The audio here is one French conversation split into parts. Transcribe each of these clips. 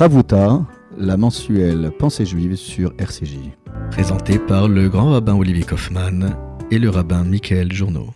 Chavruta, la mensuelle Pensée juive sur RCJ. Présentée par le grand rabbin Olivier Kaufmann et le rabbin Michael Journeau.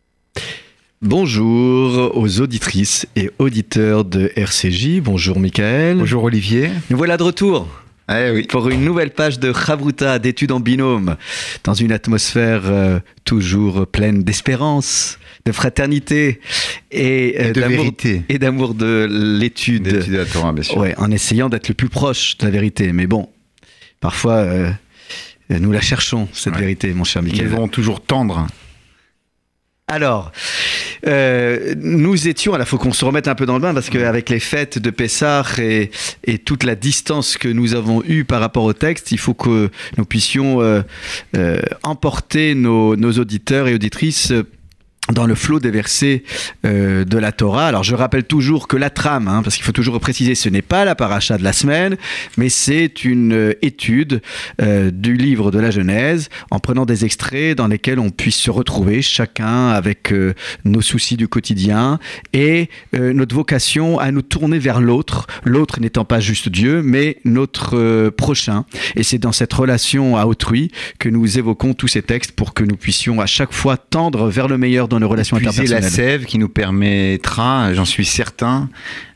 Bonjour aux auditrices et auditeurs de RCJ. Bonjour Michael. Bonjour Olivier. Nous voilà de retour. Oui. Pour une nouvelle page de Chavruta, d'études en binôme, dans une atmosphère toujours pleine d'espérance, de fraternité et de vérité. Et d'amour de l'étude. D'étude de la Torah, bien sûr. Ouais, en essayant d'être le plus proche de la vérité. Mais bon, parfois, nous la cherchons, cette vérité, mon cher Michael. Nous devons toujours tendre. Alors, nous étions, il faut qu'on se remette un peu dans le bain, parce qu'avec les fêtes de Pessah et toute la distance que nous avons eue par rapport au texte, il faut que nous puissions emporter nos auditeurs et auditrices dans le flot des versets de la Torah. Alors je rappelle toujours que la trame, parce qu'il faut toujours préciser, ce n'est pas la paracha de la semaine, mais c'est une étude du livre de la Genèse, en prenant des extraits dans lesquels on puisse se retrouver, chacun avec nos soucis du quotidien, et notre vocation à nous tourner vers l'autre n'étant pas juste Dieu, mais notre prochain. Et c'est dans cette relation à autrui que nous évoquons tous ces textes pour que nous puissions à chaque fois tendre vers le meilleur dans nos relations interpersonnelles. La sève qui nous permettra, j'en suis certain,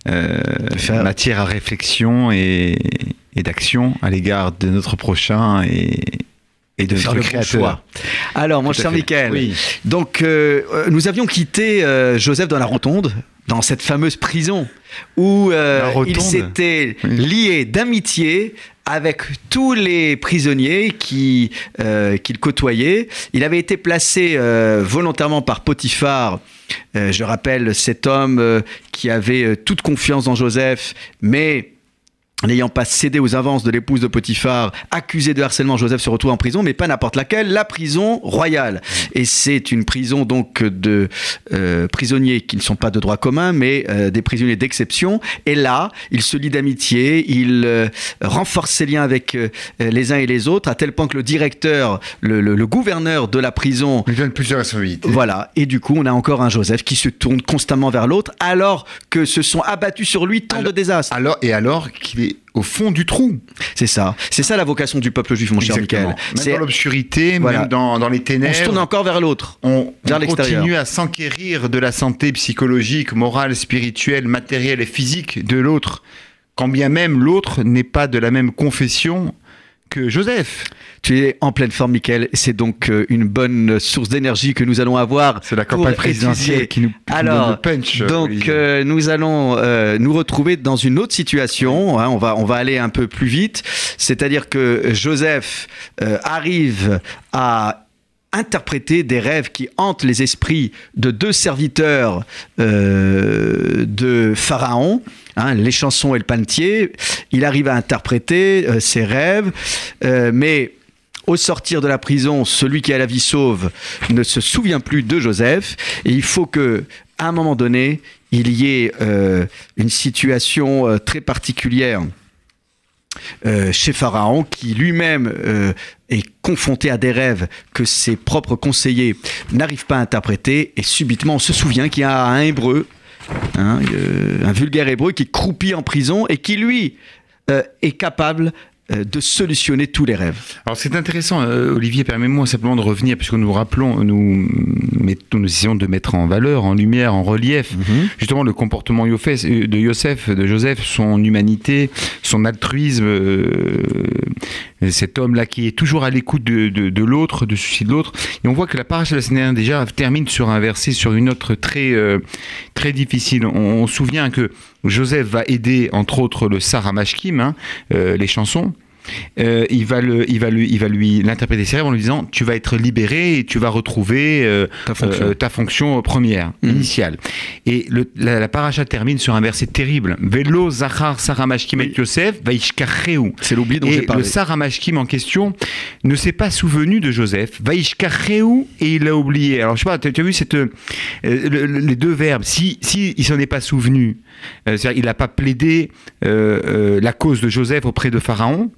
matière à réflexion et d'action à l'égard de notre prochain et de faire notre créateur. Alors, mon cher Michael, donc nous avions quitté Joseph dans la rotonde, dans cette fameuse prison où il s'était lié d'amitié avec tous les prisonniers qu'il côtoyait. Il avait été placé volontairement par Potiphar. Je rappelle cet homme qui avait toute confiance en Joseph, mais n'ayant pas cédé aux avances de l'épouse de Potiphar, accusé de harcèlement, Joseph se retrouve en prison, mais pas n'importe laquelle, la prison royale. Et c'est une prison donc de prisonniers qui ne sont pas de droit commun, mais des prisonniers d'exception. Et là, il se lie d'amitié, il renforce ses liens avec les uns et les autres, à tel point que le directeur, le gouverneur de la prison lui donne plusieurs responsabilités. Voilà. Et du coup, on a encore un Joseph qui se tourne constamment vers l'autre, alors que se sont abattus sur lui tant de désastres. Alors qu'il est au fond du trou. C'est ça la vocation du peuple juif, mon cher Michael. Même dans l'obscurité, même dans les ténèbres. On se tourne encore vers l'autre, vers l'extérieur. On continue à s'enquérir de la santé psychologique, morale, spirituelle, matérielle et physique de l'autre, quand bien même l'autre n'est pas de la même confession que Joseph. Tu es en pleine forme, Michael. C'est donc une bonne source d'énergie que nous allons avoir. C'est la campagne présidentielle qui nous donne le punch. Donc, nous allons nous retrouver dans une autre situation. On va aller un peu plus vite. C'est-à-dire que Joseph arrive à interpréter des rêves qui hantent les esprits de deux serviteurs de Pharaon, les chansons et le panetier. Il arrive à interpréter ces rêves, mais au sortir de la prison, celui qui a la vie sauve ne se souvient plus de Joseph, et il faut que, à un moment donné, il y ait une situation très particulière chez Pharaon, qui lui-même est confronté à des rêves que ses propres conseillers n'arrivent pas à interpréter, et subitement on se souvient qu'il y a un hébreu, un vulgaire hébreu qui croupit en prison et qui lui est capable de solutionner tous les rêves. Alors c'est intéressant, Olivier, permets-moi simplement de revenir, puisque nous rappelons, nous essayons de mettre en valeur, en lumière, en relief, justement le comportement de Joseph, son humanité, son altruisme, cet homme-là qui est toujours à l'écoute de l'autre, du souci de l'autre. Et on voit que la paracha de la semaine déjà termine sur un verset, sur une note très, très difficile. On se souvient que Joseph va aider, entre autres, le Sar HaMashkim, les chansons. Il va lui l'interpréter ses rêves en lui disant: tu vas être libéré et tu vas retrouver ta fonction première, initiale. Et la paracha termine sur un verset terrible: Velo Zachar Sar HaMashkim et Yosef Vaishkacheu. C'est l'oubli dont j'ai parlé. Et le Sar HaMashkim en question ne s'est pas souvenu de Joseph, Vaishkacheu, et il l'a oublié. Alors je sais pas, tu as vu les deux verbes, si il s'en est pas souvenu, C'est-à-dire il n'a pas plaidé la cause de Joseph auprès de Pharaon.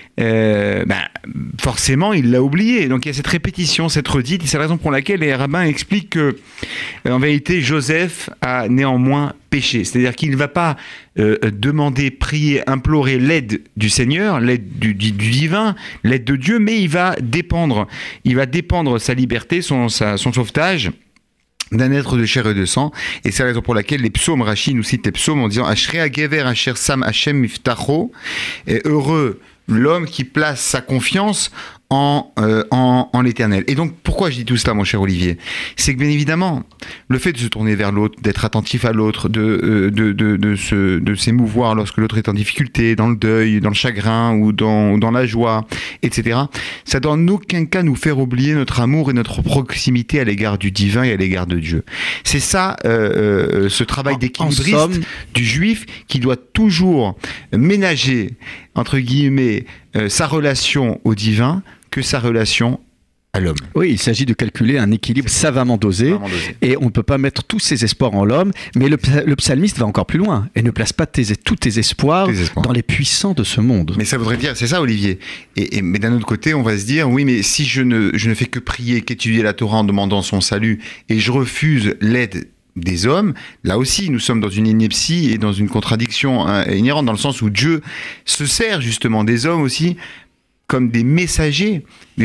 Forcément il l'a oublié, donc il y a cette répétition, cette redite, et c'est la raison pour laquelle les rabbins expliquent que en vérité Joseph a néanmoins péché, c'est-à-dire qu'il ne va pas demander, prier, implorer l'aide du Seigneur, l'aide du divin, l'aide de Dieu, mais il va dépendre sa liberté, son sauvetage d'un être de chair et de sang, et c'est la raison pour laquelle les psaumes, Rachi nous cite les psaumes en disant Ashrei hagever asher sam Hashem miftacho, heureux l'homme qui place sa confiance en l'Éternel. Et donc, pourquoi je dis tout cela, mon cher Olivier ? C'est que, bien évidemment, le fait de se tourner vers l'autre, d'être attentif à l'autre, de s'émouvoir lorsque l'autre est en difficulté, dans le deuil, dans le chagrin ou dans la joie, etc., ça doit en aucun cas nous faire oublier notre amour et notre proximité à l'égard du divin et à l'égard de Dieu. C'est ça, ce travail d'équilibriste du juif qui doit toujours ménager, entre guillemets, sa relation au divin que sa relation à l'homme. Oui, il s'agit de calculer un équilibre savamment dosé, et on ne peut pas mettre tous ses espoirs en l'homme, mais le psalmiste va encore plus loin et ne place pas tous tes espoirs dans les puissants de ce monde. Mais ça voudrait dire, c'est ça Olivier, mais d'un autre côté on va se dire, oui mais si je ne fais que prier, qu'étudier la Torah en demandant son salut, et je refuse l'aide des hommes, là aussi nous sommes dans une ineptie et dans une contradiction inhérente, dans le sens où Dieu se sert justement des hommes aussi comme des messagers,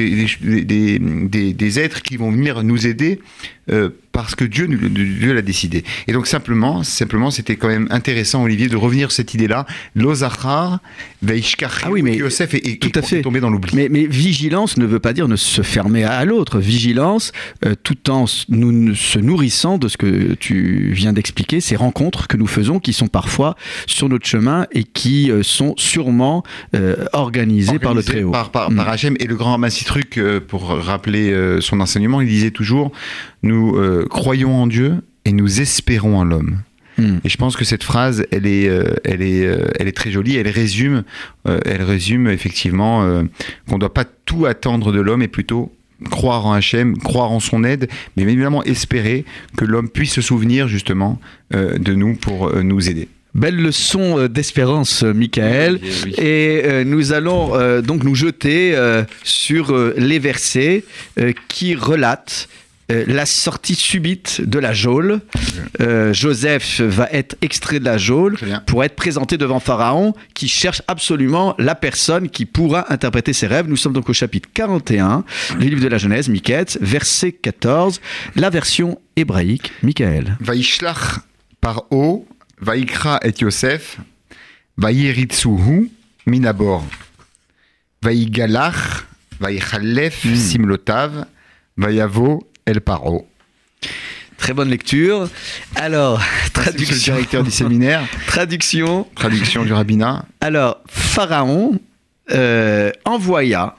des êtres qui vont venir nous aider parce que Dieu l'a décidé. Et donc simplement, c'était quand même intéressant, Olivier, de revenir sur cette idée-là. L'Ozachar, Veishkach, Yosef est tombé dans l'oubli. Mais vigilance ne veut pas dire ne se fermer à l'autre. Vigilance, tout en se nourrissant de ce que tu viens d'expliquer, ces rencontres que nous faisons, qui sont parfois sur notre chemin et qui sont sûrement organisées par le Très-Haut. Par Hachem. Et le grand Massitruc, pour rappeler son enseignement, il disait toujours, nous croyons en Dieu et nous espérons en l'homme. Et je pense que cette phrase, elle est très jolie. Elle résume effectivement qu'on ne doit pas tout attendre de l'homme, et plutôt croire en Hachem, croire en son aide, mais évidemment espérer que l'homme puisse se souvenir justement de nous pour nous aider. Belle leçon d'espérance, Michael. Oui. Et nous allons donc nous jeter sur les versets qui relatent la sortie subite de la geôle. Joseph va être extrait de la geôle pour être présenté devant Pharaon, qui cherche absolument la personne qui pourra interpréter ses rêves. Nous sommes donc au chapitre 41 du livre de la Genèse, Miketz, verset 14, la version hébraïque. Michael. Vaishlach paro Vaikra et Yosef, Vayiritsuhu minabor, Vaigalach, Vaichalef simlotav, Vayavo el paro. Très bonne lecture. Alors, traduction. Le directeur du séminaire. Traduction du rabbinat. Alors, Pharaon envoya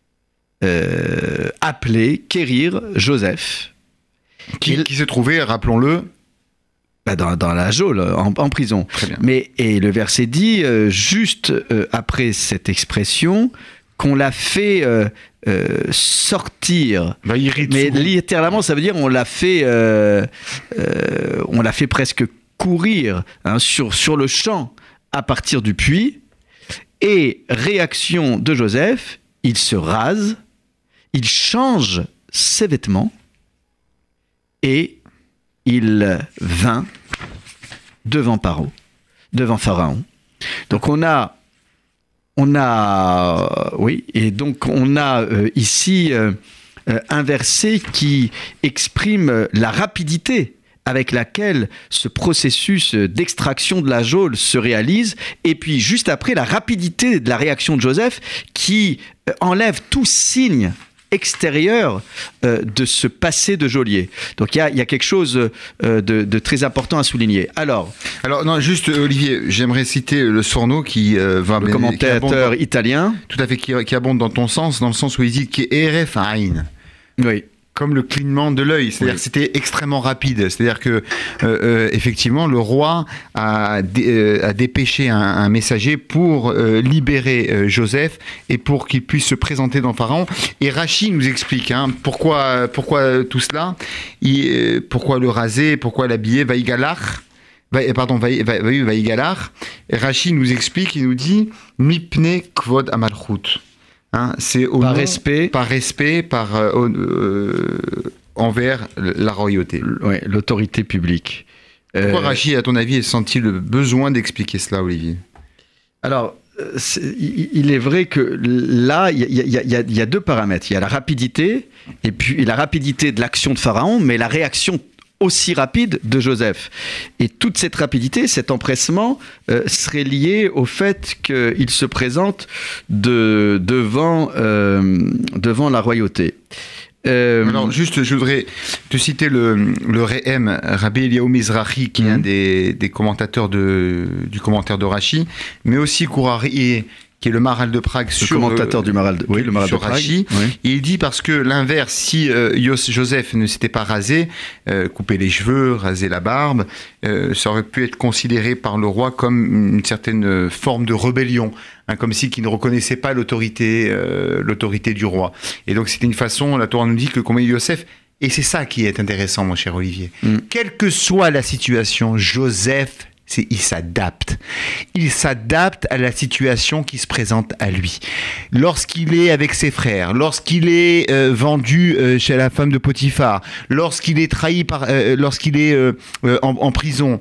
appeler, quérir Joseph. Qui se trouvait, rappelons-le, dans la geôle, en prison. Très bien. Et le verset dit, juste après cette expression, qu'on l'a fait sortir. Mais littéralement, ça veut dire on l'a fait presque courir sur le champ à partir du puits. Et réaction de Joseph, il se rase, il change ses vêtements et il vint devant Pharaon. Donc on a ici un verset qui exprime la rapidité avec laquelle ce processus d'extraction de la geôle se réalise, et puis juste après la rapidité de la réaction de Joseph qui enlève tout signe extérieur de ce passé de geôlier. Donc il y a quelque chose de très important à souligner. Alors non, juste Olivier, j'aimerais citer le Sorno le commentateur italien, tout à fait, qui abonde dans ton sens, dans le sens où il dit qui est RF Aïn. Oui. Comme le clignement de l'œil, c'est-à-dire que c'était extrêmement rapide. C'est-à-dire que effectivement, le roi a dépêché un messager pour libérer Joseph et pour qu'il puisse se présenter dans Pharaon. Et Rachi nous explique pourquoi tout cela, pourquoi le raser, pourquoi l'habiller. Vaïgalach, Vaïgalar, Rachi nous explique, il nous dit Mipne Kvod Amalchut. C'est par respect, envers la royauté. Ouais, l'autorité publique. Pourquoi Rachi, à ton avis, sent-il le besoin d'expliquer cela, Olivier ? Alors, il est vrai que là, il y a deux paramètres. Il y a la rapidité, et puis la rapidité de l'action de Pharaon, mais la réaction aussi rapide de Joseph. Et toute cette rapidité, cet empressement serait lié au fait qu'il se présente devant la royauté. Alors juste, je voudrais te citer le Rehem, Rabbi Eliyahu Mizrahi, qui est un des commentateurs du commentaire de Rachi, mais aussi Kourari, qui est le Maharal de Prague, le commentateur du Maharal de Rachi. Oui. Il dit parce que l'inverse, si Joseph ne s'était pas rasé, coupé les cheveux, rasé la barbe, ça aurait pu être considéré par le roi comme une certaine forme de rébellion, comme si qu'il ne reconnaissait pas l'autorité du roi. Et donc c'était une façon, la Torah nous dit que comme Joseph, et c'est ça qui est intéressant, mon cher Olivier, quelle que soit la situation, Joseph, il s'adapte. Il s'adapte à la situation qui se présente à lui. Lorsqu'il est avec ses frères, lorsqu'il est vendu chez la femme de Potiphar, lorsqu'il est trahi lorsqu'il est en prison,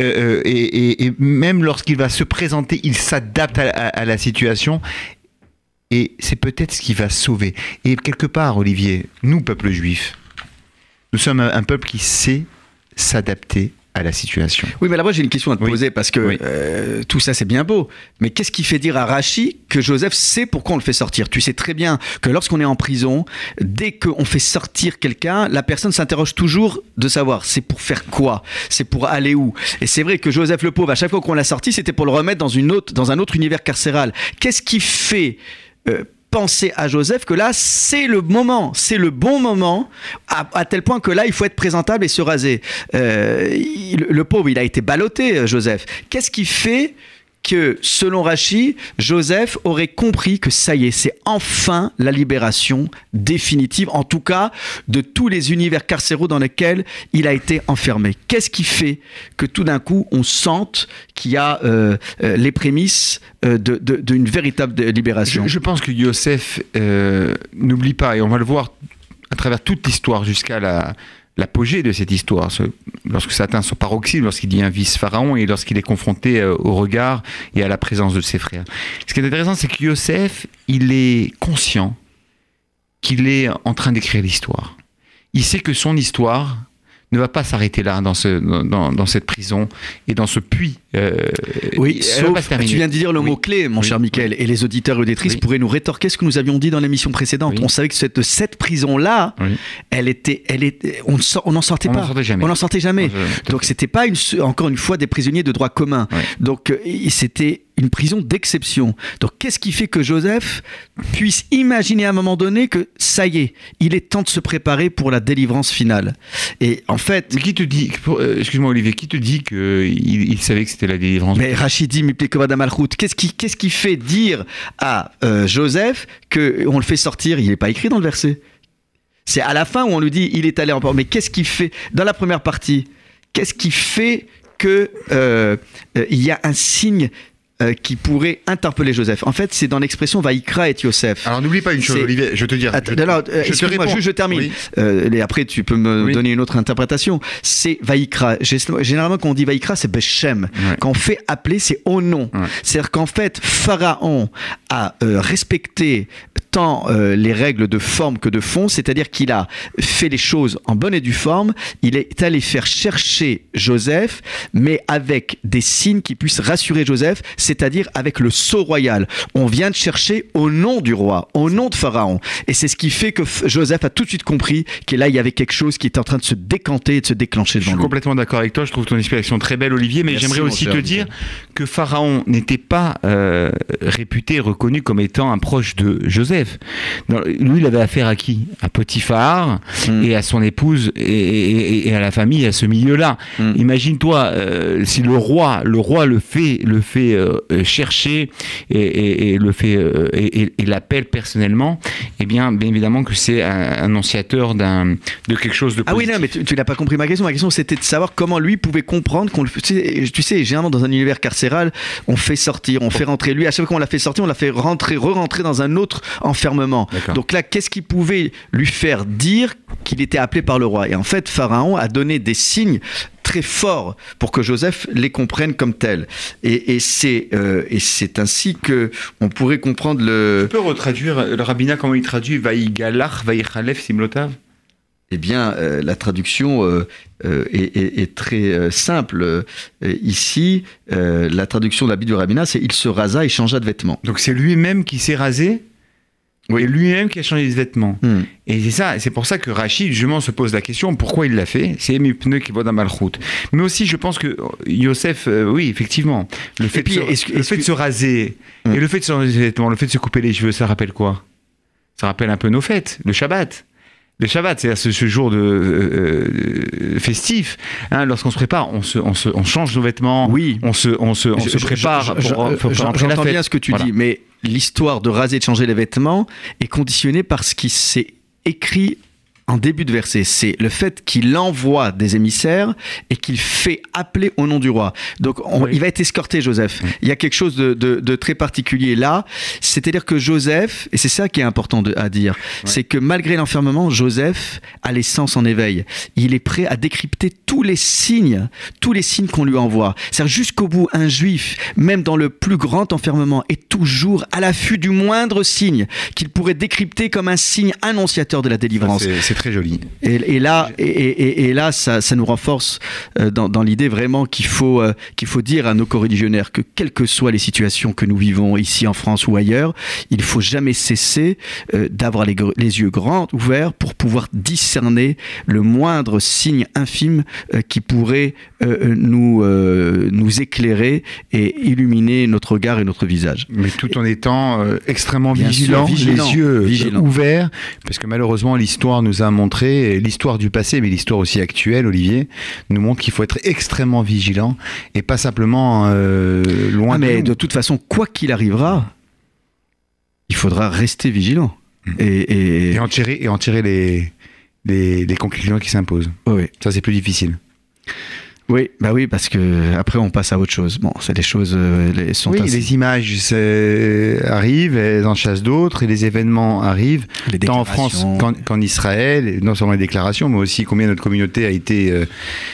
et même lorsqu'il va se présenter, il s'adapte à la situation. Et c'est peut-être ce qui va sauver. Et quelque part, Olivier, nous, peuple juif, nous sommes un peuple qui sait s'adapter à la situation. Oui, mais là, moi, j'ai une question à te poser, parce que tout ça, c'est bien beau. Mais qu'est-ce qui fait dire à Rachi que Joseph sait pourquoi on le fait sortir ? Tu sais très bien que lorsqu'on est en prison, dès qu'on fait sortir quelqu'un, la personne s'interroge toujours de savoir c'est pour faire quoi ? C'est pour aller où ? Et c'est vrai que Joseph le pauvre, à chaque fois qu'on l'a sorti, c'était pour le remettre dans un autre univers carcéral. Qu'est-ce qui fait penser à Joseph que là, c'est le bon moment, à tel point que là, il faut être présentable et se raser. Le pauvre, il a été ballotté, Joseph. Qu'est-ce qui fait que, selon Rachi, Joseph aurait compris que ça y est, c'est enfin la libération définitive, en tout cas, de tous les univers carcéraux dans lesquels il a été enfermé. Qu'est-ce qui fait que tout d'un coup, on sente qu'il y a les prémices d'une véritable libération ? Je pense que Yosef n'oublie pas, et on va le voir à travers toute l'histoire jusqu'à l'apogée de cette histoire, lorsque ça atteint son paroxysme, lorsqu'il devient vice-pharaon et lorsqu'il est confronté au regard et à la présence de ses frères. Ce qui est intéressant, c'est que Yosef, il est conscient qu'il est en train d'écrire l'histoire. Il sait que son histoire ne va pas s'arrêter là, dans cette prison et dans ce puits. Oui, sauf, tu viens de dire le mot-clé, mon cher Mickaël, et les auditeurs et auditrices pourraient nous rétorquer ce que nous avions dit dans l'émission précédente. On savait que cette prison-là, on n'en sortait pas. On n'en sortait jamais. Donc, c'était pas, encore une fois, des prisonniers de droit commun. Donc, c'était une prison d'exception. Donc, qu'est-ce qui fait que Joseph puisse imaginer à un moment donné que ça y est, il est temps de se préparer pour la délivrance finale. Et en fait... Mais qui te dit, excuse-moi Olivier, qui te dit qu'il savait que c'était la délivrance? Mais Rachi dit, qu'est-ce qui fait dire à Joseph qu'on le fait sortir? Il n'est pas écrit dans le verset. C'est à la fin où on lui dit, il est allé en port. Mais qu'est-ce qui fait, dans la première partie, qu'est-ce qui fait que il y a un signe qui pourrait interpeller Joseph? En fait, c'est dans l'expression Vaïkra et Yosef. Alors n'oublie pas une chose, Olivier, je vais te dire. Excuse-moi, je termine. Oui. Et après, tu peux me donner une autre interprétation. C'est Vaïkra. Généralement, quand on dit Vaïkra, c'est Beshem. Quand on fait appeler, c'est au nom. C'est-à-dire qu'en fait, Pharaon a respecté tant les règles de forme que de fond, c'est-à-dire qu'il a fait les choses en bonne et due forme. Il est allé faire chercher Joseph, mais avec des signes qui puissent rassurer Joseph, c'est-à-dire avec le sceau royal. On vient de chercher au nom du roi, au nom de Pharaon. Et c'est ce qui fait que Joseph a tout de suite compris que là, il y avait quelque chose qui était en train de se décanter et de se déclencher devant lui. Je suis complètement d'accord avec toi, je trouve ton explication très belle, Olivier, mais j'aimerais aussi te dire que Pharaon n'était pas réputé, reconnu comme étant un proche de Joseph. Lui, il avait affaire à qui? À Potiphar et à son épouse et à la famille, à ce milieu-là. Imagine-toi, si le roi le fait chercher et le fait et l'appelle personnellement, eh bien évidemment que c'est un annonciateur de quelque chose de positif. Ah oui, non, mais tu n'as pas compris ma question. Ma question, c'était de savoir comment lui pouvait comprendre qu'on le... Tu sais, généralement, dans un univers carcéral, on fait sortir, on fait rentrer. Lui, à chaque fois qu'on l'a fait sortir, on l'a fait re-rentrer dans un autre enfermement. D'accord. Donc là, qu'est-ce qui pouvait lui faire dire qu'il était appelé par le roi? Et en fait, Pharaon a donné des signes très forts pour que Joseph les comprenne comme tels. Et c'est ainsi que on pourrait comprendre le... Tu peux retraduire le rabbinat, comment il traduit Vaïgalach, Vaïchalef, Simlotav? Eh bien, la traduction est très simple. Ici, la traduction de la Bible du rabbinat, c'est « il se rasa et changea de vêtements ». Donc c'est lui-même qui s'est rasé, oui, et lui-même qui a changé de vêtements. Et c'est pour ça que Rachid, justement, se pose la question, pourquoi il l'a fait? C'est mes pneus qui vont dans Malchut. Mais aussi, je pense que Yosef, oui, effectivement, le fait de se raser, et le fait de changer de vêtements, le fait de se couper les cheveux, ça rappelle quoi? Ça rappelle un peu nos fêtes, le Shabbat. Le Shabbat, c'est-à-dire ce jour festif, hein, lorsqu'on se prépare, on change nos vêtements, oui. on se prépare pour rentrer la fête. J'entends bien ce que tu dis, mais l'histoire de raser et de changer les vêtements est conditionnée par ce qui s'est écrit en début de verset. C'est le fait qu'il envoie des émissaires et qu'il fait appeler au nom du roi. Donc il va être escorté, Joseph. Il y a quelque chose de très particulier là. C'est-à-dire que Joseph, et c'est ça qui est important à dire, c'est que malgré l'enfermement, Joseph a les sens en éveil. Il est prêt à décrypter tous les signes qu'on lui envoie. C'est-à-dire jusqu'au bout, un juif, même dans le plus grand enfermement, est toujours à l'affût du moindre signe qu'il pourrait décrypter comme un signe annonciateur de la délivrance. C'est très joli. Et là, ça nous renforce dans l'idée vraiment qu'il faut dire à nos coreligionnaires que quelles que soient les situations que nous vivons ici en France ou ailleurs, il ne faut jamais cesser d'avoir les yeux grands ouverts pour pouvoir discerner le moindre signe infime qui pourrait nous éclairer et illuminer notre regard et notre visage. Mais tout en étant extrêmement vigilant, les yeux ouverts, parce que malheureusement l'histoire nous a montré, l'histoire du passé, mais l'histoire aussi actuelle, Olivier, nous montre qu'il faut être extrêmement vigilant et pas simplement loin mais de toute façon, quoi qu'il arrivera, il faudra rester vigilant. Et en tirer les conclusions qui s'imposent. Oui. Ça, c'est plus difficile. Oui, bah oui, parce que après on passe à autre chose. Bon, c'est des choses sont les images arrivent, elles en chassent d'autres, et les événements arrivent, tant en France qu'en Israël, et non seulement les déclarations, mais aussi combien notre communauté a été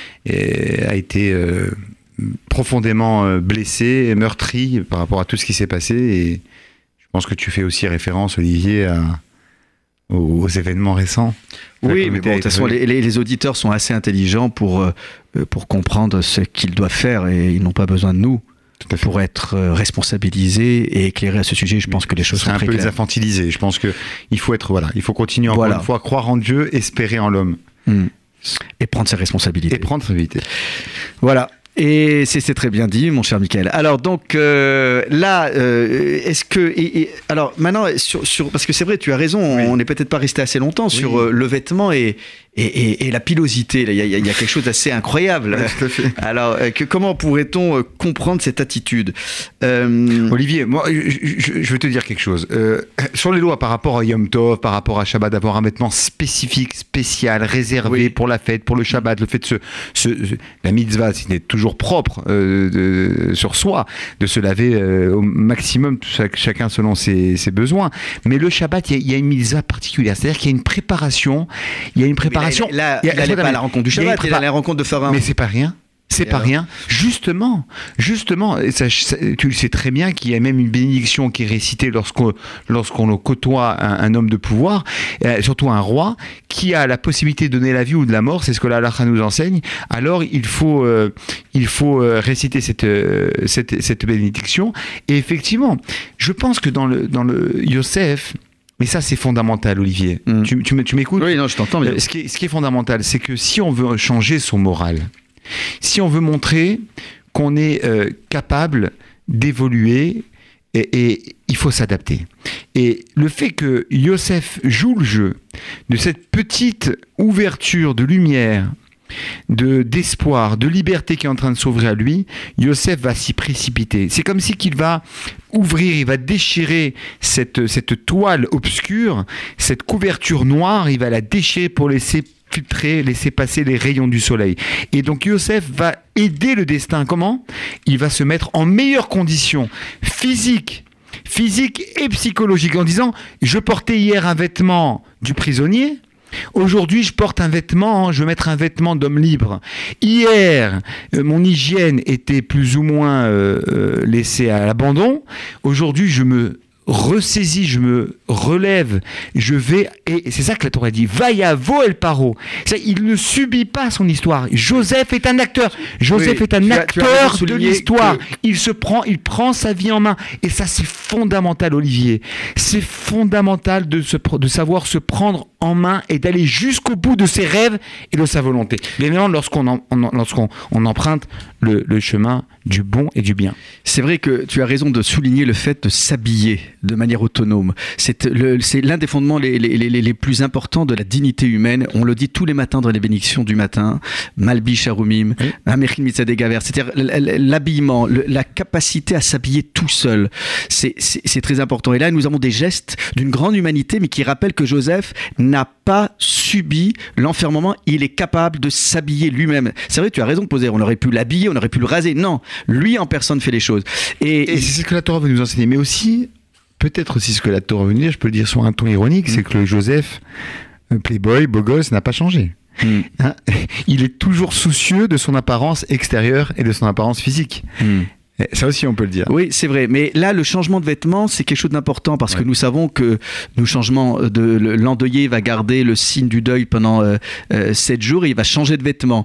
profondément blessée, meurtrie par rapport à tout ce qui s'est passé. Et je pense que tu fais aussi référence, Olivier, aux événements récents. Oui, mais bon, de toute façon, les auditeurs sont assez intelligents pour comprendre ce qu'ils doivent faire et ils n'ont pas besoin de nous pour être responsabilisés et éclairés à ce sujet. Je pense que les choses sont très claires. C'est un peu les infantiliser. Je pense qu'il faut continuer encore une fois, croire en Dieu, espérer en l'homme. Et prendre ses responsabilités. Voilà. Et c'est très bien dit, mon cher Michael. Alors donc là, est-ce que alors maintenant parce que c'est vrai, tu as raison, on n'est peut-être pas resté assez longtemps sur le vêtement et la pilosité. Il y a quelque chose d'assez incroyable. Oui, tout à fait. Alors comment pourrait-on comprendre cette attitude? Olivier, moi, je vais te dire quelque chose. Sur les lois par rapport à Yom Tov, par rapport à Shabbat, d'avoir un vêtement spécifique, spécial, réservé pour la fête, pour le Shabbat, le fait de la mitzvah, c'est d'être toujours propre sur soi, de se laver au maximum, chacun selon ses besoins. Mais le Shabbat, il y a une mitzvah particulière, c'est-à-dire qu'il y a une préparation. Il y a une préparation. Là, il n'est pas à la rencontre du Shabbat, il est à la rencontre de Pharaon. Mais c'est pas rien. C'est pas rien. Justement, tu le sais très bien qu'il y a même une bénédiction qui est récitée lorsqu'on côtoie un homme de pouvoir, surtout un roi, qui a la possibilité de donner la vie ou de la mort, c'est ce que la halakha nous enseigne. Alors il faut réciter cette bénédiction. Et effectivement, je pense que dans le Yosef, mais ça, c'est fondamental, Olivier. Tu m'écoutes? Oui, non, je t'entends bien. Ce qui est fondamental, c'est que si on veut changer son moral, si on veut montrer qu'on est capable d'évoluer, et il faut s'adapter. Et le fait que Yosef joue le jeu de cette petite ouverture de lumière d'espoir, de liberté qui est en train de s'ouvrir à lui, Yosef va s'y précipiter. C'est comme si qu'il va ouvrir, il va déchirer cette toile obscure, cette couverture noire, il va la déchirer pour laisser filtrer, laisser passer les rayons du soleil. Et donc Yosef va aider le destin. Comment ? Il va se mettre en meilleures conditions physiques et psychologiques en disant « Je portais hier un vêtement du prisonnier ». Aujourd'hui, je porte un vêtement, je vais mettre un vêtement d'homme libre. Hier, mon hygiène était plus ou moins laissée à l'abandon. Aujourd'hui, je me ressaisis, je me relève, je vais, et c'est ça que la Torah dit, Vayavo el paro. Il ne subit pas son histoire. Joseph est un acteur. Joseph est un acteur de l'histoire. Il prend sa vie en main. Et ça, c'est fondamental, Olivier. C'est fondamental de savoir se prendre en main et d'aller jusqu'au bout de ses rêves et de sa volonté. Bien évidemment, lorsqu'on emprunte le chemin du bon et du bien. C'est vrai que tu as raison de souligner le fait de s'habiller de manière autonome. C'est l'un des fondements les plus importants de la dignité humaine. On le dit tous les matins dans les bénédictions du matin. Malbi Sharumim, Amechin Mitzadeh Gaver. C'est-à-dire l'habillement, la capacité à s'habiller tout seul. C'est très important. Et là, nous avons des gestes d'une grande humanité, mais qui rappellent que Joseph n'a pas subi l'enfermement. Il est capable de s'habiller lui-même. C'est vrai, tu as raison de poser. On aurait pu l'habiller, on aurait pu le raser. Non, lui en personne fait les choses. Et c'est ce que la Torah veut nous enseigner. Mais aussi, peut-être aussi ce que la Torah veut nous dire, je peux le dire sur un ton ironique, c'est que le Joseph, playboy, beau gosse, n'a pas changé. Hein, il est toujours soucieux de son apparence extérieure et de son apparence physique. Ça aussi, on peut le dire. Oui, c'est vrai. Mais là, le changement de vêtements, c'est quelque chose d'important parce que nous savons que l'endeuillé va garder le signe du deuil pendant 7 jours et il va changer de vêtements.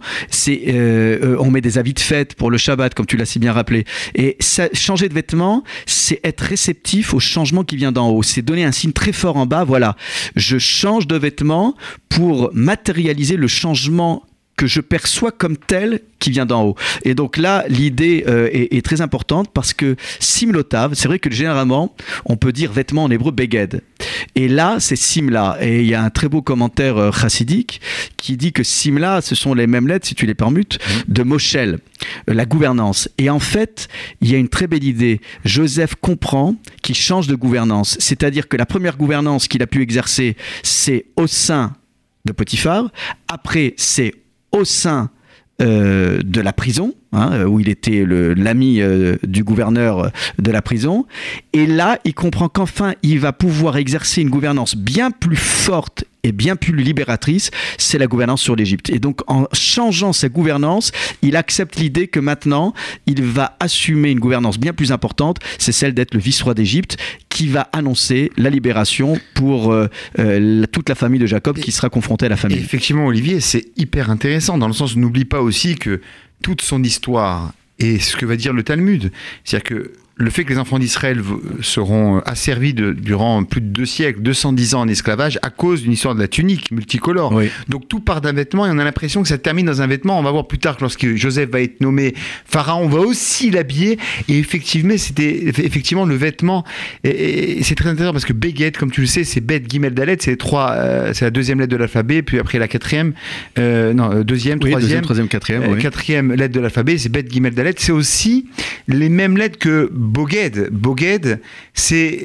On met des habits de fête pour le Shabbat, comme tu l'as si bien rappelé. Et changer de vêtements, c'est être réceptif au changement qui vient d'en haut. C'est donner un signe très fort en bas. Voilà, je change de vêtements pour matérialiser le changement que je perçois comme tel qui vient d'en haut. Et donc là, l'idée est très importante parce que simlotav, c'est vrai que généralement, on peut dire vêtement en hébreu beged. Et là, c'est simla. Et il y a un très beau commentaire chassidique qui dit que simla, ce sont les mêmes lettres, si tu les permutes, de Moshel, la gouvernance. Et en fait, il y a une très belle idée. Joseph comprend qu'il change de gouvernance. C'est-à-dire que la première gouvernance qu'il a pu exercer, c'est au sein de Potiphar. Après, c'est au sein de la prison, où il était l'ami du gouverneur de la prison. Et là, il comprend qu'enfin, il va pouvoir exercer une gouvernance bien plus forte et bien plus libératrice, c'est la gouvernance sur l'Égypte. Et donc, en changeant sa gouvernance, il accepte l'idée que maintenant, il va assumer une gouvernance bien plus importante, c'est celle d'être le vice-roi d'Égypte, qui va annoncer la libération pour toute la famille de Jacob qui sera confrontée à la famine. Effectivement, Olivier, c'est hyper intéressant, dans le sens où n'oublie pas aussi que toute son histoire et ce que va dire le Talmud, c'est-à-dire que le fait que les enfants d'Israël seront asservis durant plus de 2 siècles, 210 ans en esclavage, à cause d'une histoire de la tunique multicolore. Oui. Donc tout part d'un vêtement et on a l'impression que ça termine dans un vêtement. On va voir plus tard que lorsque Joseph va être nommé pharaon, on va aussi l'habiller. Et effectivement le vêtement. Et c'est très intéressant parce que Beged, comme tu le sais, c'est Bet, Gimel, Dalet, c'est la deuxième lettre de l'alphabet, puis après la quatrième, deuxième, troisième, quatrième lettre de l'alphabet, c'est Bet, Gimel, Dalet. C'est aussi les mêmes lettres que Boged. Boged, c'est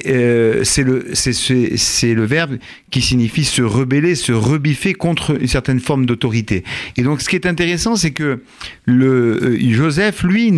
le verbe qui signifie se rebeller, se rebiffer contre une certaine forme d'autorité. Et donc, ce qui est intéressant, c'est que Joseph, lui,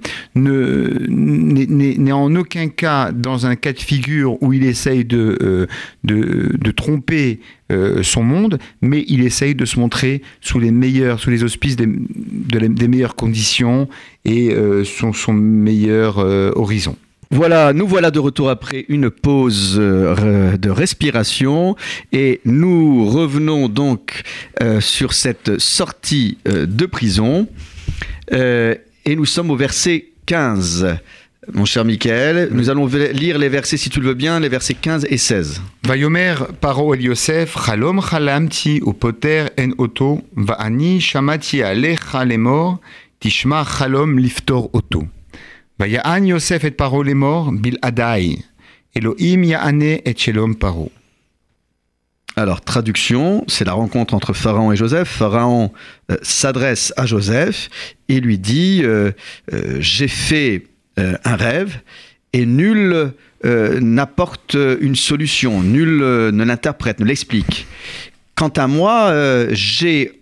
n'est en aucun cas dans un cas de figure où il essaye de tromper son monde, mais il essaye de se montrer sous les auspices des meilleures conditions et son meilleur horizon. Voilà, nous voilà de retour après une pause de respiration et nous revenons donc sur cette sortie de prison et nous sommes au verset 15. Mon cher Michael, nous allons lire les versets, si tu le veux bien, les versets 15 et 16. Vayomer paro el Yosef, chalom chalamti upoter en oto, va'ani shamati alecha lemor, tishma chalom liftor oto. Vaya'an Yosef et paro lemor bil adai, Elohim ya'ane et shalom paro. Alors, traduction, c'est la rencontre entre Pharaon et Joseph. Pharaon s'adresse à Joseph et lui dit j'ai fait un rêve et nul n'apporte une solution, nul ne l'interprète, ne l'explique. Quant à moi, j'ai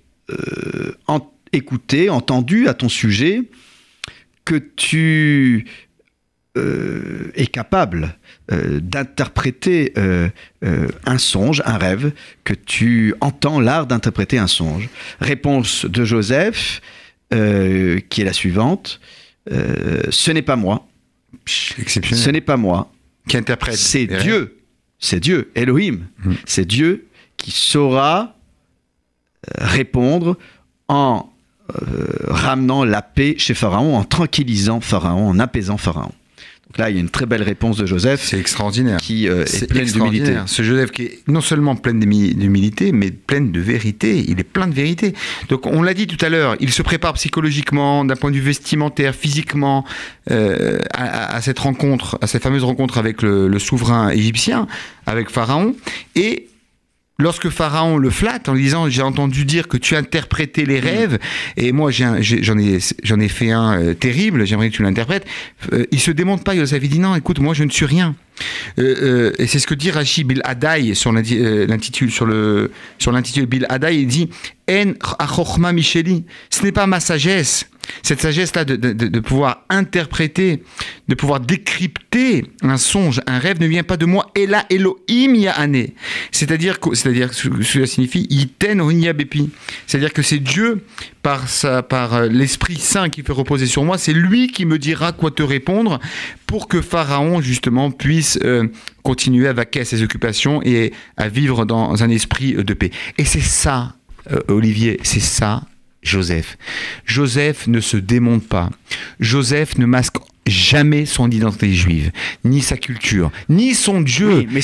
entendu à ton sujet que tu est capable d'interpréter un songe, un rêve, que tu entends l'art d'interpréter un songe. Réponse de Joseph, qui est la suivante, ce n'est pas moi. Ce n'est pas moi. Qui interprète. C'est Dieu, Elohim. C'est Dieu qui saura répondre en ramenant la paix chez Pharaon, en tranquillisant Pharaon, en apaisant Pharaon. Donc là, il y a une très belle réponse de Joseph. C'est extraordinaire. Qui est pleine d'humilité. Ce Joseph qui est non seulement plein d'humilité, mais plein de vérité. Il est plein de vérité. Donc, on l'a dit tout à l'heure, il se prépare psychologiquement, d'un point de vue vestimentaire, physiquement, à cette rencontre, à cette fameuse rencontre avec le souverain égyptien, avec Pharaon. Et lorsque Pharaon le flatte en lui disant « J'ai entendu dire que tu interprétais les rêves et moi j'en ai fait un terrible, j'aimerais que tu l'interprètes. » Il se démonte pas, Joseph, il dit « Non, écoute, moi je ne suis rien. » Et c'est ce que dit Rashi Bil Hadai sur l'intitulé Bil Hadai, il dit « En achokma micheli » ce n'est pas ma sagesse. Cette sagesse-là de pouvoir interpréter, de pouvoir décrypter un songe, un rêve ne vient pas de moi. Ela Elohim Yahane. C'est-à-dire que cela signifie Yiten Ohinya Bepi. C'est-à-dire que c'est Dieu, par l'Esprit Saint qui fait reposer sur moi, c'est lui qui me dira quoi te répondre pour que Pharaon, justement, puisse continuer à vaquer à ses occupations et à vivre dans un esprit de paix. Et c'est ça, Olivier, c'est ça, Joseph. Joseph ne se démonte pas. Joseph ne masque jamais son identité juive, ni sa culture, ni son Dieu. Oui, mais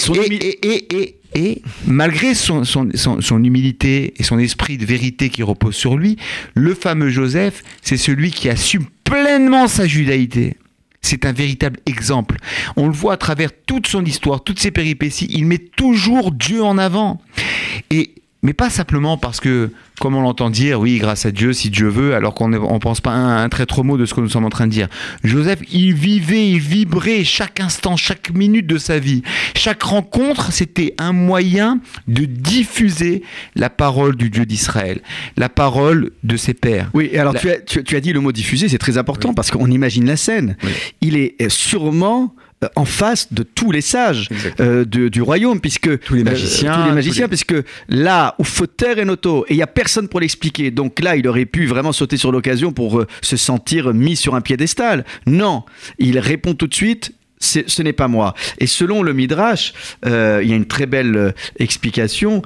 et malgré son humilité et son esprit de vérité qui repose sur lui, le fameux Joseph, c'est celui qui assume pleinement sa judaïté. C'est un véritable exemple. On le voit à travers toute son histoire, toutes ses péripéties. Il met toujours Dieu en avant. Mais pas simplement parce que, comme on l'entend dire, oui, grâce à Dieu, si Dieu veut, alors qu'on ne pense pas un traître mot de ce que nous sommes en train de dire. Joseph, il vibrait chaque instant, chaque minute de sa vie. Chaque rencontre, c'était un moyen de diffuser la parole du Dieu d'Israël, la parole de ses pères. Oui, alors tu as dit le mot diffuser, c'est très important parce qu'on imagine la scène. Oui. Il est sûrement en face de tous les sages du royaume, puisque tous les magiciens, puisque là où Foter et Noto, et il n'y a personne pour l'expliquer, donc là il aurait pu vraiment sauter sur l'occasion pour se sentir mis sur un piédestal. Non, il répond tout de suite. Ce n'est pas moi. Et selon le Midrash, il y a une très belle explication.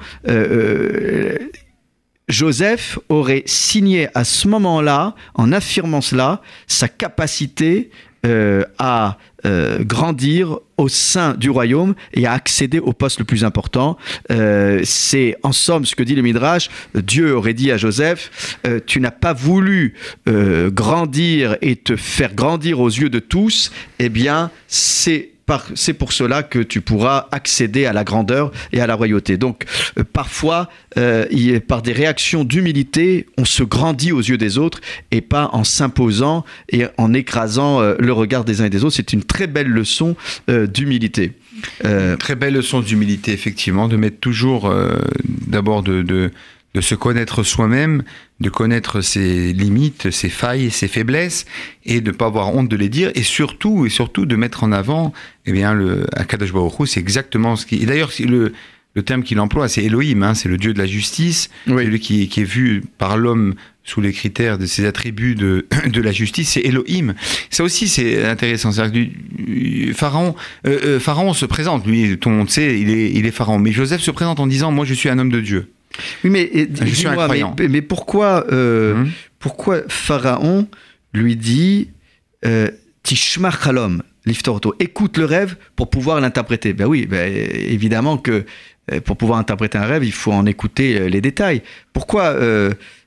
Joseph aurait signé à ce moment-là, en affirmant cela, sa capacité à grandir au sein du royaume et à accéder au poste le plus important. C'est en somme ce que dit le Midrash. Dieu aurait dit à Joseph, tu n'as pas voulu grandir et te faire grandir aux yeux de tous, eh bien c'est pour cela que tu pourras accéder à la grandeur et à la royauté. Donc, parfois, par des réactions d'humilité, on se grandit aux yeux des autres et pas en s'imposant et en écrasant le regard des uns et des autres. C'est une très belle leçon d'humilité. Très belle leçon d'humilité, effectivement, de mettre toujours d'abord de se connaître soi-même, de connaître ses limites, ses failles, ses faiblesses, et de ne pas avoir honte de les dire, et surtout de mettre en avant, eh bien, Akadosh Baruch Hu, c'est exactement ce qui... Et d'ailleurs, le terme qu'il emploie, c'est Elohim, c'est le Dieu de la justice, oui. Celui qui est vu par l'homme sous les critères de ses attributs de la justice, c'est Elohim. Ça aussi, c'est intéressant. C'est-à-dire que Pharaon se présente, lui, tout le monde sait, il est Pharaon, mais Joseph se présente en disant, moi, je suis un homme de Dieu. Oui, mais dis-moi, mais pourquoi Pharaon lui dit Tishma Chalom, Liftorto, écoute le rêve pour pouvoir l'interpréter. Ben oui, évidemment que pour pouvoir interpréter un rêve, il faut en écouter les détails. Pourquoi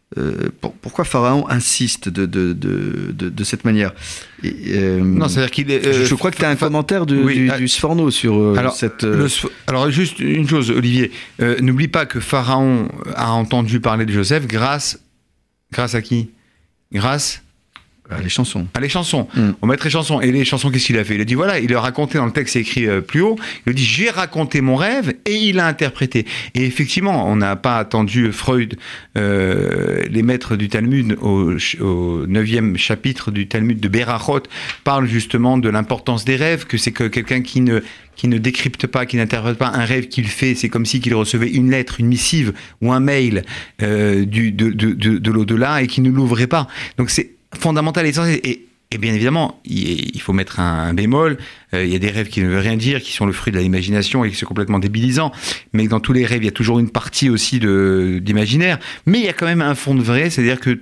pourquoi Pharaon insiste de cette manière. Non, c'est-à-dire qu'il est. Je crois que tu as un commentaire du Sforno sur cette. Alors, juste une chose, Olivier. N'oublie pas que Pharaon a entendu parler de Joseph grâce à qui? Grâce à les chansons. À les chansons. Au maître des chansons. Et les chansons, qu'est-ce qu'il a fait? Il a dit voilà, il a raconté dans le texte, c'est écrit plus haut. Il a dit j'ai raconté mon rêve et il a interprété. Et effectivement, on n'a pas attendu Freud, les maîtres du Talmud, au 9e chapitre du Talmud de Berachot, parle justement de l'importance des rêves, que c'est que quelqu'un qui ne décrypte pas, qui n'interprète pas un rêve qu'il fait, c'est comme si qu'il recevait une lettre, une missive ou un mail de l'au-delà et qui ne l'ouvrait pas. Donc c'est fondamental et essentiel. Et bien évidemment, il faut mettre un bémol. Il y a des rêves qui ne veulent rien dire, qui sont le fruit de l'imagination et qui sont complètement débilisants. Mais dans tous les rêves, il y a toujours une partie aussi d'imaginaire. Mais il y a quand même un fond de vrai, c'est-à-dire que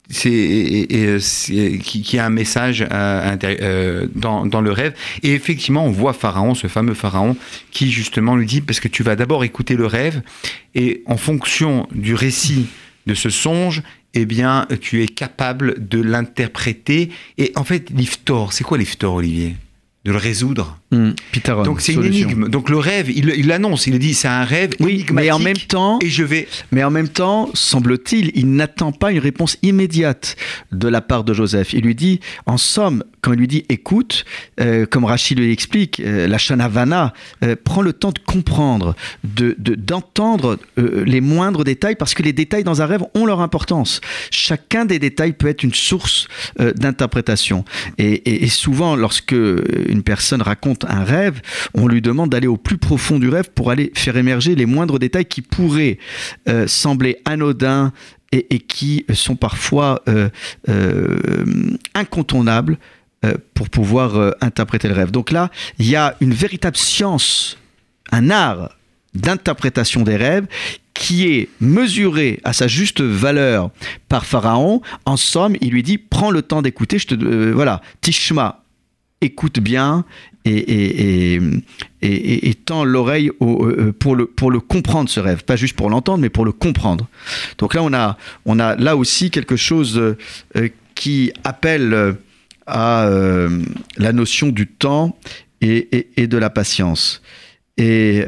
qui a un message dans le rêve. Et effectivement, on voit Pharaon, ce fameux Pharaon, qui justement lui dit, parce que tu vas d'abord écouter le rêve, et en fonction du récit de ce songe, eh bien, tu es capable de l'interpréter. Et en fait, l'iftor, c'est quoi l'iftor, Olivier? De le résoudre. Pitaron, donc c'est solution. Une énigme. Donc le rêve, il l'annonce, il dit c'est un rêve énigmatique. Mais en même temps, mais en même temps, semble-t-il, il n'attend pas une réponse immédiate de la part de Joseph. Il lui dit, en somme, quand il lui dit écoute, comme Rachid lui explique, la Shanavana, prends le temps de comprendre, d'entendre les moindres détails, parce que les détails dans un rêve ont leur importance. Chacun des détails peut être une source d'interprétation. Et souvent, lorsque une personne raconte un rêve, on lui demande d'aller au plus profond du rêve pour aller faire émerger les moindres détails qui pourraient sembler anodins et qui sont parfois incontournables pour pouvoir interpréter le rêve. Donc là, il y a une véritable science, un art d'interprétation des rêves qui est mesuré à sa juste valeur par Pharaon. En somme, il lui dit, prends le temps d'écouter, voilà, Tishma, écoute bien et tend l'oreille pour le comprendre, ce rêve. Pas juste pour l'entendre, mais pour le comprendre. Donc là, on a là aussi quelque chose qui appelle à la notion du temps et de la patience. Et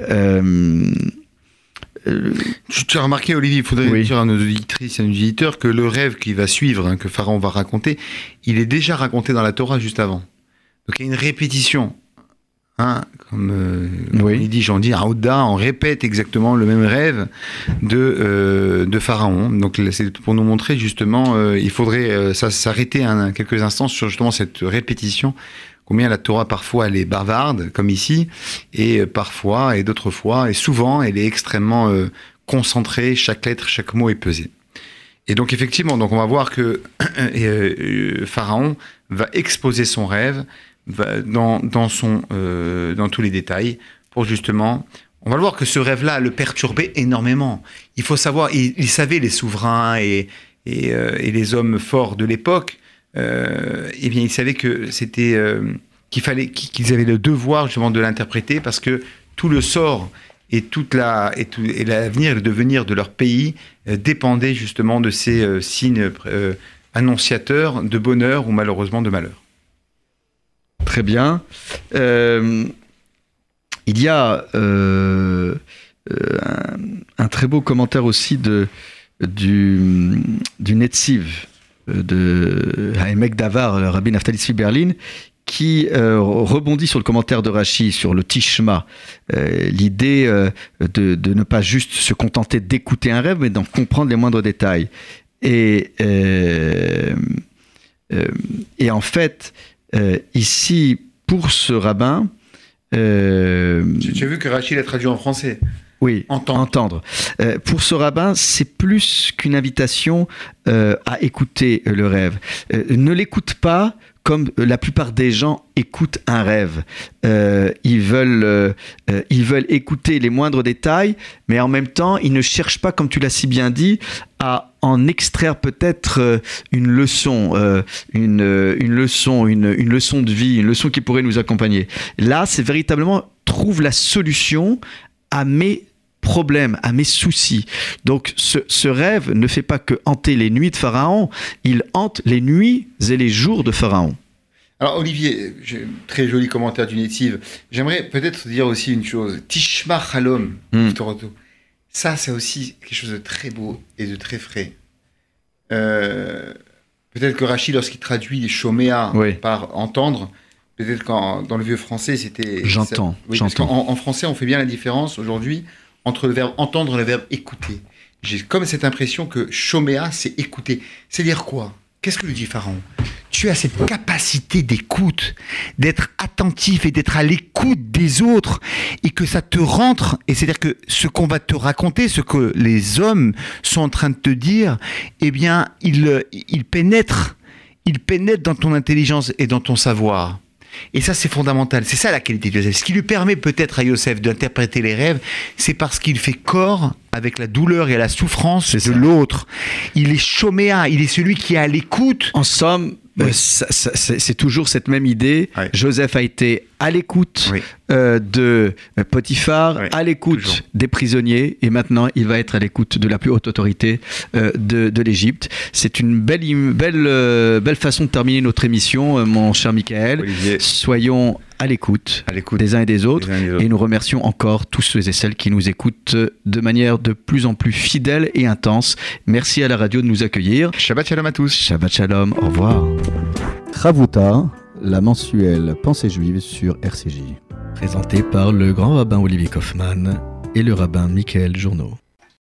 tu as remarqué, Olivier, il faudrait dire à nos auditrices et à nos auditeurs que le rêve qui va suivre, que Pharaon va raconter, il est déjà raconté dans la Torah juste avant. Donc il y a une répétition. Comme il dit, j'en dis, à Ouda, on répète exactement le même rêve de Pharaon. Donc c'est pour nous montrer justement, il faudrait s'arrêter quelques instants sur justement cette répétition, combien la Torah parfois elle est bavarde, comme ici, et parfois, et d'autres fois, et souvent, elle est extrêmement concentrée, chaque lettre, chaque mot est pesé. Et donc effectivement, donc on va voir que Pharaon va exposer son rêve dans tous les détails, pour justement, on va le voir que ce rêve-là le perturbait énormément. Il faut savoir, il savait, les souverains et les hommes forts de l'époque, eh bien, ils savaient que c'était qu'ils avaient le devoir justement de l'interpréter, parce que tout le sort et l'avenir et le devenir de leur pays dépendait justement de ces signes annonciateurs de bonheur ou malheureusement de malheur. Très bien. Il y a un très beau commentaire aussi du Netziv de Haemek Davar, le rabbi Naftali Tzvi Berlin, qui rebondit sur le commentaire de Rashi sur le Tishma, l'idée de ne pas juste se contenter d'écouter un rêve, mais d'en comprendre les moindres détails. Et en fait, ici, pour ce rabbin... Tu as vu que Rashi l'a traduit en français? Oui, entendre. Pour ce rabbin, c'est plus qu'une invitation à écouter le rêve. Ne l'écoute pas comme la plupart des gens écoutent un rêve. Ils veulent écouter les moindres détails, mais en même temps, ils ne cherchent pas, comme tu l'as si bien dit, à en extraire peut-être une leçon, une leçon de vie, une leçon qui pourrait nous accompagner. Là, c'est véritablement trouve la solution à mes problèmes, à mes soucis. Donc ce rêve ne fait pas que hanter les nuits de Pharaon, il hante les nuits et les jours de Pharaon. Alors Olivier, très joli commentaire du Native. J'aimerais peut-être dire aussi une chose. Tishma Chalom, ça c'est aussi quelque chose de très beau et de très frais. Peut-être que Rachid, lorsqu'il traduit Shoméa par entendre, peut-être dans le vieux français c'était... J'entends. En français on fait bien la différence aujourd'hui entre le verbe entendre et le verbe écouter. J'ai comme cette impression que Shoméa c'est écouter. C'est dire quoi ? Qu'est-ce que le dit Pharaon ? Tu as cette capacité d'écoute, d'être attentif et d'être à l'écoute des autres et que ça te rentre. Et c'est-à-dire que ce qu'on va te raconter, ce que les hommes sont en train de te dire, eh bien, il pénètre dans ton intelligence et dans ton savoir. Et ça, c'est fondamental. C'est ça la qualité de Yosef. Ce qui lui permet peut-être à Yosef d'interpréter les rêves, c'est parce qu'il fait corps avec la douleur et la souffrance de l'autre. Il est shoméa, il est celui qui est à l'écoute. En somme, c'est toujours cette même idée. Ouais. Joseph a été à l'écoute de Potiphar, à l'écoute des prisonniers, et maintenant il va être à l'écoute de la plus haute autorité de l'Égypte. C'est une belle façon de terminer notre émission, mon cher Michael. Olivier. Soyons à l'écoute des uns et des autres, et nous remercions encore tous ceux et celles qui nous écoutent de manière de plus en plus fidèle et intense. Merci à la radio de nous accueillir. Shabbat shalom à tous. Shabbat shalom, au revoir. Chavruta, la mensuelle Pensée juive sur RCJ. Présentée par le grand rabbin Olivier Kaufmann et le rabbin Michael Journeau.